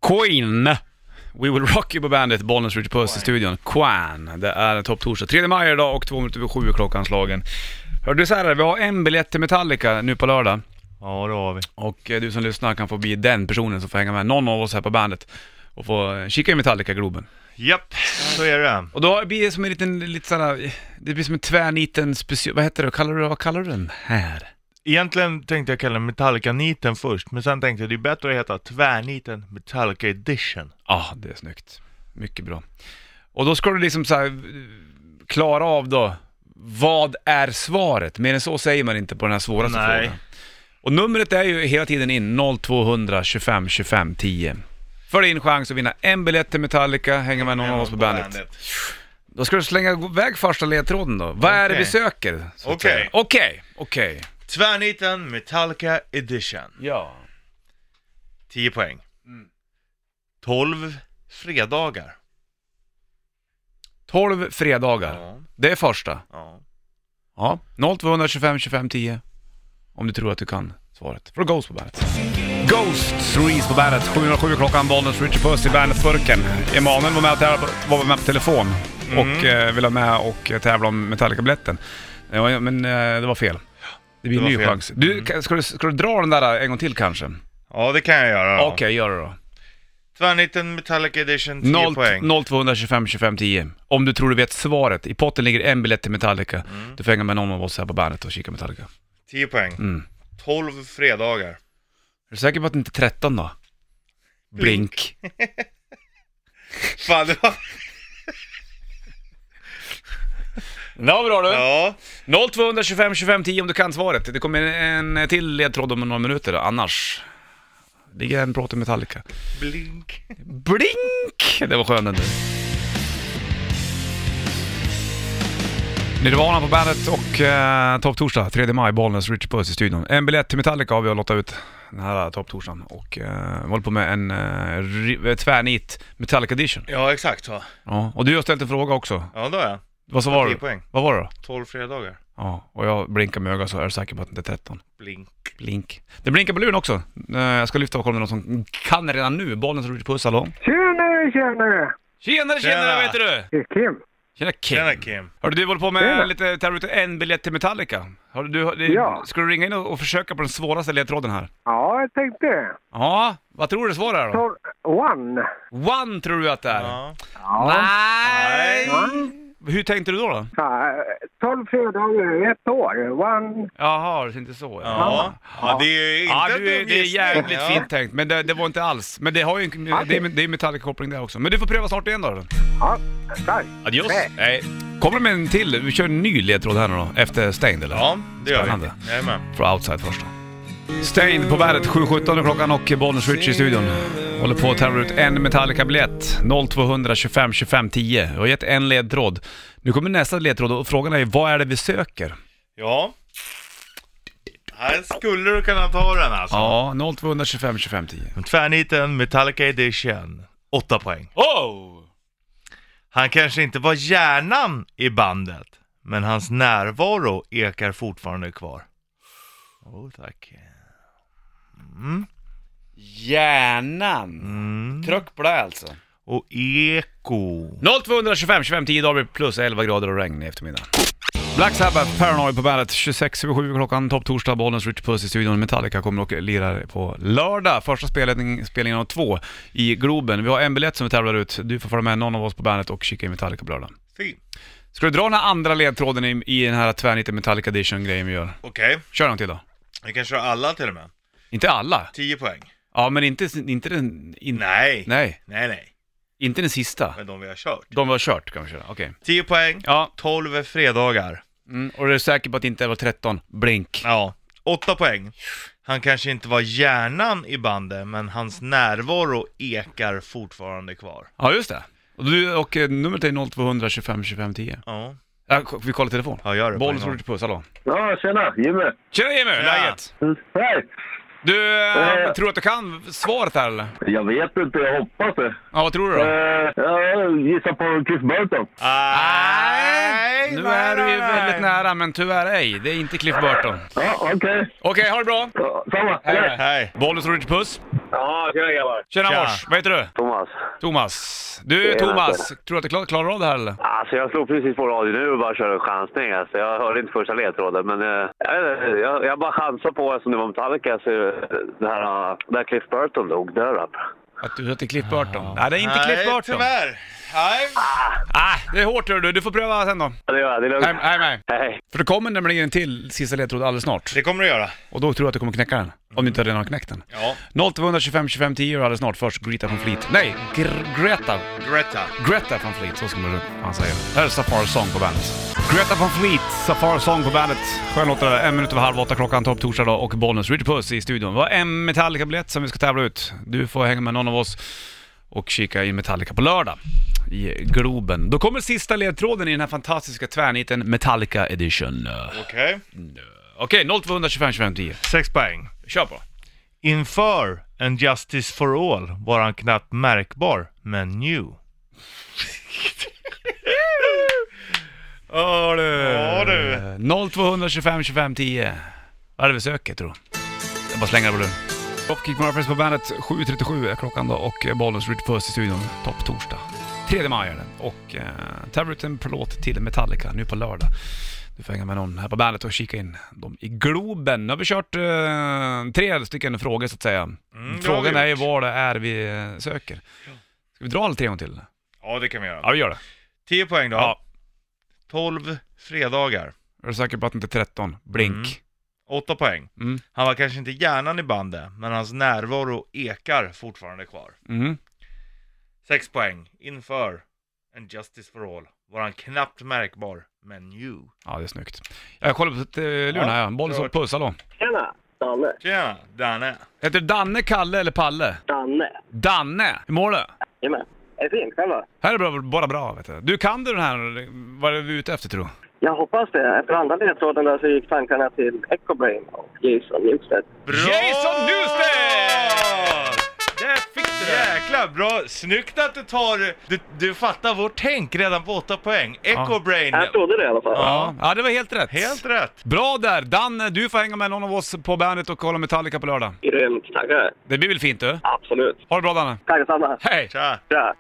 Queen. We Will Rock You på bandet, Bollnäs Richard Puss i studion. Queen, det är topp torsdag 3 maj idag och 2:07 klockan slagen. Hörde du så här, vi har en biljett till Metallica nu på lördag. Ja, det har vi. Och du som lyssnar kan få bli den personen som får hänga med någon av oss här på bandet och få kika i Metallica-globen. Japp, så är det. Och då blir det som en lite sådär, det blir som en tvärniten special, vad heter det, vad kallar du den här? Egentligen tänkte jag kalla den Metallica-niten först, men sen tänkte jag det är bättre att heta tvärniten Metallica Edition. Ja, det är snyggt. Mycket bra. Och då ska du liksom så här klara av då, vad är svaret? Mer än så säger man inte på den här svåraste frågan. Och numret är ju hela tiden in 0200 25 25 10. För din chans att vinna en biljett till Metallica, hänga med någon av oss på bandet. Då ska du slänga iväg första ledtråden då. Vad är det vi söker? Okej. Tvärniten Metallica Edition. Ja. 10 poäng. 12 fredagar. 12 fredagar. Ja. Det är första. Ja. Ja. 0200 25 25 10. Om du tror att du kan svaret. För Ghost på bandet. Ghost Reese på bandet. 707 klockan, Bollnäs Richard Puss i bandet-burken. Emanuel var med på telefon och ville ha med och tävla om Metallica-biljetten. Ja, men det var fel. Det blir en ny chans. Du, ska du dra den där en gång till kanske? Ja, det kan jag göra då. Okej, gör det då. Tvärniten Metallica Edition, 10 poäng. 0200 25 25 10. Om du tror du vet svaret. I potten ligger en biljett till Metallica. Du får hänga med någon av oss här på bandet och kika Metallica. 10 poäng. 12 fredagar. Är du säker på att det inte är 13 då? Blink. Fan, det var... Det var bra du. Ja. 0200 25 25 10 om du kan svaret. Det kommer en till ledtråd om några minuter då. Annars ligger en prat om Metallica. Blink. Det var skönt ändå. Nirvana på bandet och topp torsdag 3 maj, Bollnäs Richard Puss i studion. En biljett till Metallica har vi att låta ut den här topp torsdagen. Och håller på med en tvärnit Metallica Edition. Ja, exakt så. Ja, och du har ställt en fråga också. Ja, då är jag. Vad var det? Poäng. Vad var det då? 12 fredagar. Ja, och jag blinkar med ögat så är jag säker på att det inte är 13. Blink. Det blinkar på luren också. Jag ska lyfta och kolla med någon som kan redan nu. Bollnäs Richard Puss, hallå? Tjenare, vet du? Det är Kim. Tjena Kim. Hörde du håller på med lite tävla ut en biljett till Metallica? Ja. Ska du ringa in och försöka på den svåraste ledtråden här? Ja, jag tänkte det. Ja, vad tror du svarar då? One tror du att det är? Ja. Nej. Hur tänkte du då? 12 fredagar, 1 år. One. Jaha, det är inte så. Ja, det är inte det är jävligt fint tänkt, men det var inte alls. Men det har ju det är Metallica-koppling där också. Men du får pröva snart igen då. Ja, tack. Adios. Nej. Kommer det med en till? Vi kör en ny ledtråd här nu då, efter Stained eller? Ja, det gör Spännande. vi. Jajamän. För Outside först då. Stained på bandet, 7:17 klockan och Bollnäs Richard i studion. Håller på att tävla ut en Metallica-biljett. 0200 25 25 10. Jag har gett en ledtråd. Nu kommer nästa ledtråd och frågan är, vad är det vi söker? Ja. Här skulle du kunna ta den alltså. Ja, 0200 25 25 10. Tvärniten Metallica Edition, 8 poäng. Oh! Han kanske inte var hjärnan i bandet, men hans närvaro ekar fortfarande kvar. Tack. Hjärnan. Tryck på det alltså. Och eko. 0200 25 25 10 dagar plus 11 grader och regn i eftermiddag. Black Sabbath, Paranoid på bandet, 26:07 klockan, topp torsdag, Bollnäs Richard Puss i studion. Metallica kommer och lirar på lördag. Första spelningen av 2 i Globen. Vi har en biljett som vi tävlar ut. Du får följa med någon av oss på bandet och kika i Metallica på lördag. Fin. Ska du dra den här andra ledtråden i den här tvärniten Metallica Edition-grejen vi gör? Okej. Kör den till då. Vi kan köra alla till och med. Inte alla? 10 poäng. Ja, men inte den... Nej. Inte den sista. Men de vi har kört. De vi har kört kan vi köra, okej. 10 poäng, Ja. 12 fredagar. Och du är säker på att det inte var 13? Blink. Ja, 8 poäng. Han kanske inte var hjärnan i bandet, men hans närvaro ekar fortfarande kvar. Ja, just det. Och numret är 0200 25 25 10. Ja. Vi kollar telefon. Ja, gör det. Bollnäs Richard Puss, hallå. Ja, tjena, Jimmy. Tjena Jimmy, läget? Hej. Du, tror att du kan svaret här eller? Jag vet inte, jag hoppas det. Ja, vad tror du då? Jag gissar på Cliff Burton. Nej, nu är du ju väldigt nära, men tyvärr ej. Det är inte Cliff Burton. Ja, okej. Okej, ha det bra. Ja, samma. Hej. Hej. Bollnäs Richard Puss. Ja, tjena grabbar. Tjena Tja. mors, vad heter du? Thomas. Du Tjena, Thomas, tror du att du klarar av det här eller? Alltså jag slog precis på radio nu och bara körde en chansning. Alltså, jag hörde inte första ledtråden, men jag bara chansar på eftersom det var Metallica. Så där Cliff Burton dog, dör. Att du heter Cliff Burton? Nej, det är inte Cliff Burton. Tyvärr. Nej. Det är hårt du. Du får pröva sen då. Ja, det gör jag. Det är lugnt. Hej. Hej. För det kommer nämligen en till sista ledtråd alldeles snart. Det kommer du göra. Och då tror jag att du kommer knäcka den. Om du inte redan har knäckt den. Ja. 0225 25 10 alldeles snart. Först Greta från Fleet. Nej, Greta från Fleet, så ska man säga. Det här är Safari Song på bandet. Greta från Fleet, Safari Song på bandet. Skön låt det, 1 minut över 7:30 klockan, topp torsdag då, och Bollnäs. Richard Puss i studion. Det var en Metallica-biljett som vi ska tävla ut. Du får hänga med någon av oss och kika in Metallica på lördag i Globen. Då kommer sista ledtråden i den här fantastiska tvärniten Metallica Edition. Okej, 0225 25 10. 6 poäng. Kör på. Inför en Justice for All var han knappt märkbar, men new. Ja du. 0225 25 10. Vad är det vi söker, tror jag? Jag bara slänger det på den. Kick Murphys på bandet, 7.37 är klockan då, och Bollnäs Richard Puss i studion, topp torsdag 3 maj är det. Och tävlar ut en plåt till Metallica nu på lördag. Du får hänga med någon här på bandet och kika in dem i Globen. Nu har vi kört 3 stycken frågor så att säga. Frågan är ju vad det är vi söker. Ska vi dra alla 3 gånger till? Ja, det kan vi göra. Ja, vi gör det. 10 poäng då. Ja. 12 fredagar. Är du säker på att det inte är 13? Blink. 8 poäng. Mm. Han var kanske inte hjärnan i bandet, men hans närvaro ekar fortfarande kvar. 6 poäng. Inför en Justice for All var han knappt märkbar, men new. Ja, det är snyggt. Jag kollar på lurarna här. Bollnäs och Puss, hallå. Tjena, Danne. Tjena, Danne. Heter du Danne, Kalle eller Palle? Danne. Hur mår du? Jajamän. Är det fint själva? Här är det bara bra, vet du. Du kan den här, vad är vi ute efter, tror du? Jag hoppas det. Efter andra ledtråden där så gick tankarna till Echo Brain och Jason Newsted. Bra! Jason Newsted! Där fick du det! Jäklar, bra. Snyggt att du tar... Du fattar vårt tänk redan på 8 poäng. Echo Brain. Här stod det i alla fall. Ja, det var helt rätt. Helt rätt. Bra där. Danne, du får hänga med någon av oss på bandet och kolla Metallica på lördag. Grymt, tackar. Det blir väl fint, du? Absolut. Ha det bra, Danne. Tack detsamma. Hej! Tja. Tja.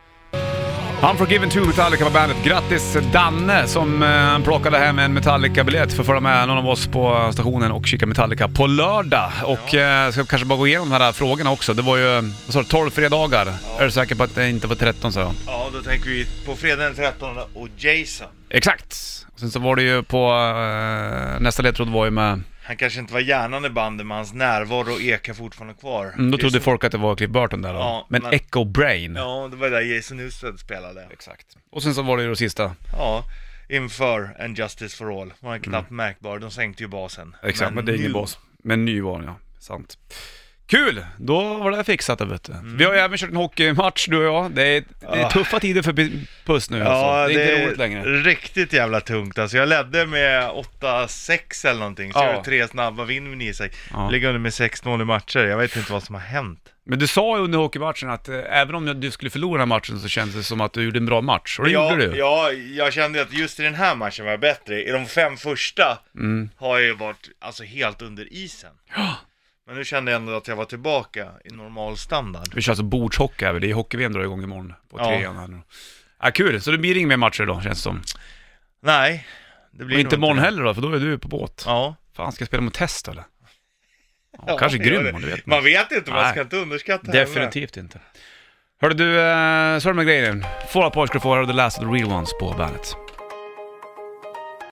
Unforgiven 2 Metallica på bandet. Grattis Danne som plockade hem en Metallica-biljett för att följa med någon av oss på stationen och kika Metallica på lördag. Och ska kanske bara gå igenom de här frågorna också. Det var ju, vad sa du, 12 fredagar. Är du säker på att det inte var 13, så jag? Ja, då tänker vi på fredag den 13 och Jason. Exakt. Sen så var det ju på nästa ledtråd var ju med... Han kanske inte var hjärnan i bandet, men hans närvaro ekar fortfarande kvar. Då trodde folk att det var Cliff Burton där då. Ja, men Echo Brain. Ja, det var där Jason Newsted spelade. Exakt. Och sen så var det ju det sista. Ja, inför en Justice for All var han knappt märkbar. De sänkte ju basen. Exakt, men det är ingen bas. Men ny var den, ja. Sant. Kul! Då var det fixat, vet du. Vi har ju även kört en hockeymatch, du och jag. Det är tuffa tider för Puss nu, alltså. Ja, Det är inte roligt längre. Riktigt jävla tungt. Alltså jag ledde med 8-6 eller någonting. Så jag hade 3 snabba vinn med Isak. Ligger under med 6-0 i matcher. Jag vet inte vad som har hänt. Men du sa ju under hockeymatchen att även om du skulle förlora den här matchen så kändes det som att du gjorde en bra match. Och det gjorde du. Ja, jag kände att just i den här matchen var jag bättre. I de 5 första har jag ju varit alltså helt under isen. Men nu kände jag ändå att jag var tillbaka i normal standard. Vi kör alltså bordshockey här. Det är hockey-VM drar igång imorgon på 3:an här nu. Ja, kul. Så det blir inga mer matcher då, känns det som. Nej, det blir och inte imorgon heller då, för då är du på båt. Ja. Fan, ska jag spela mot test eller? Ja, kanske grym, du vet. Man vet inte, man ska inte underskatta. Definitivt inte. Hörde du, så är det med grejen. Fall Out Boy ska du få höra The Last of the Real Ones på bandet.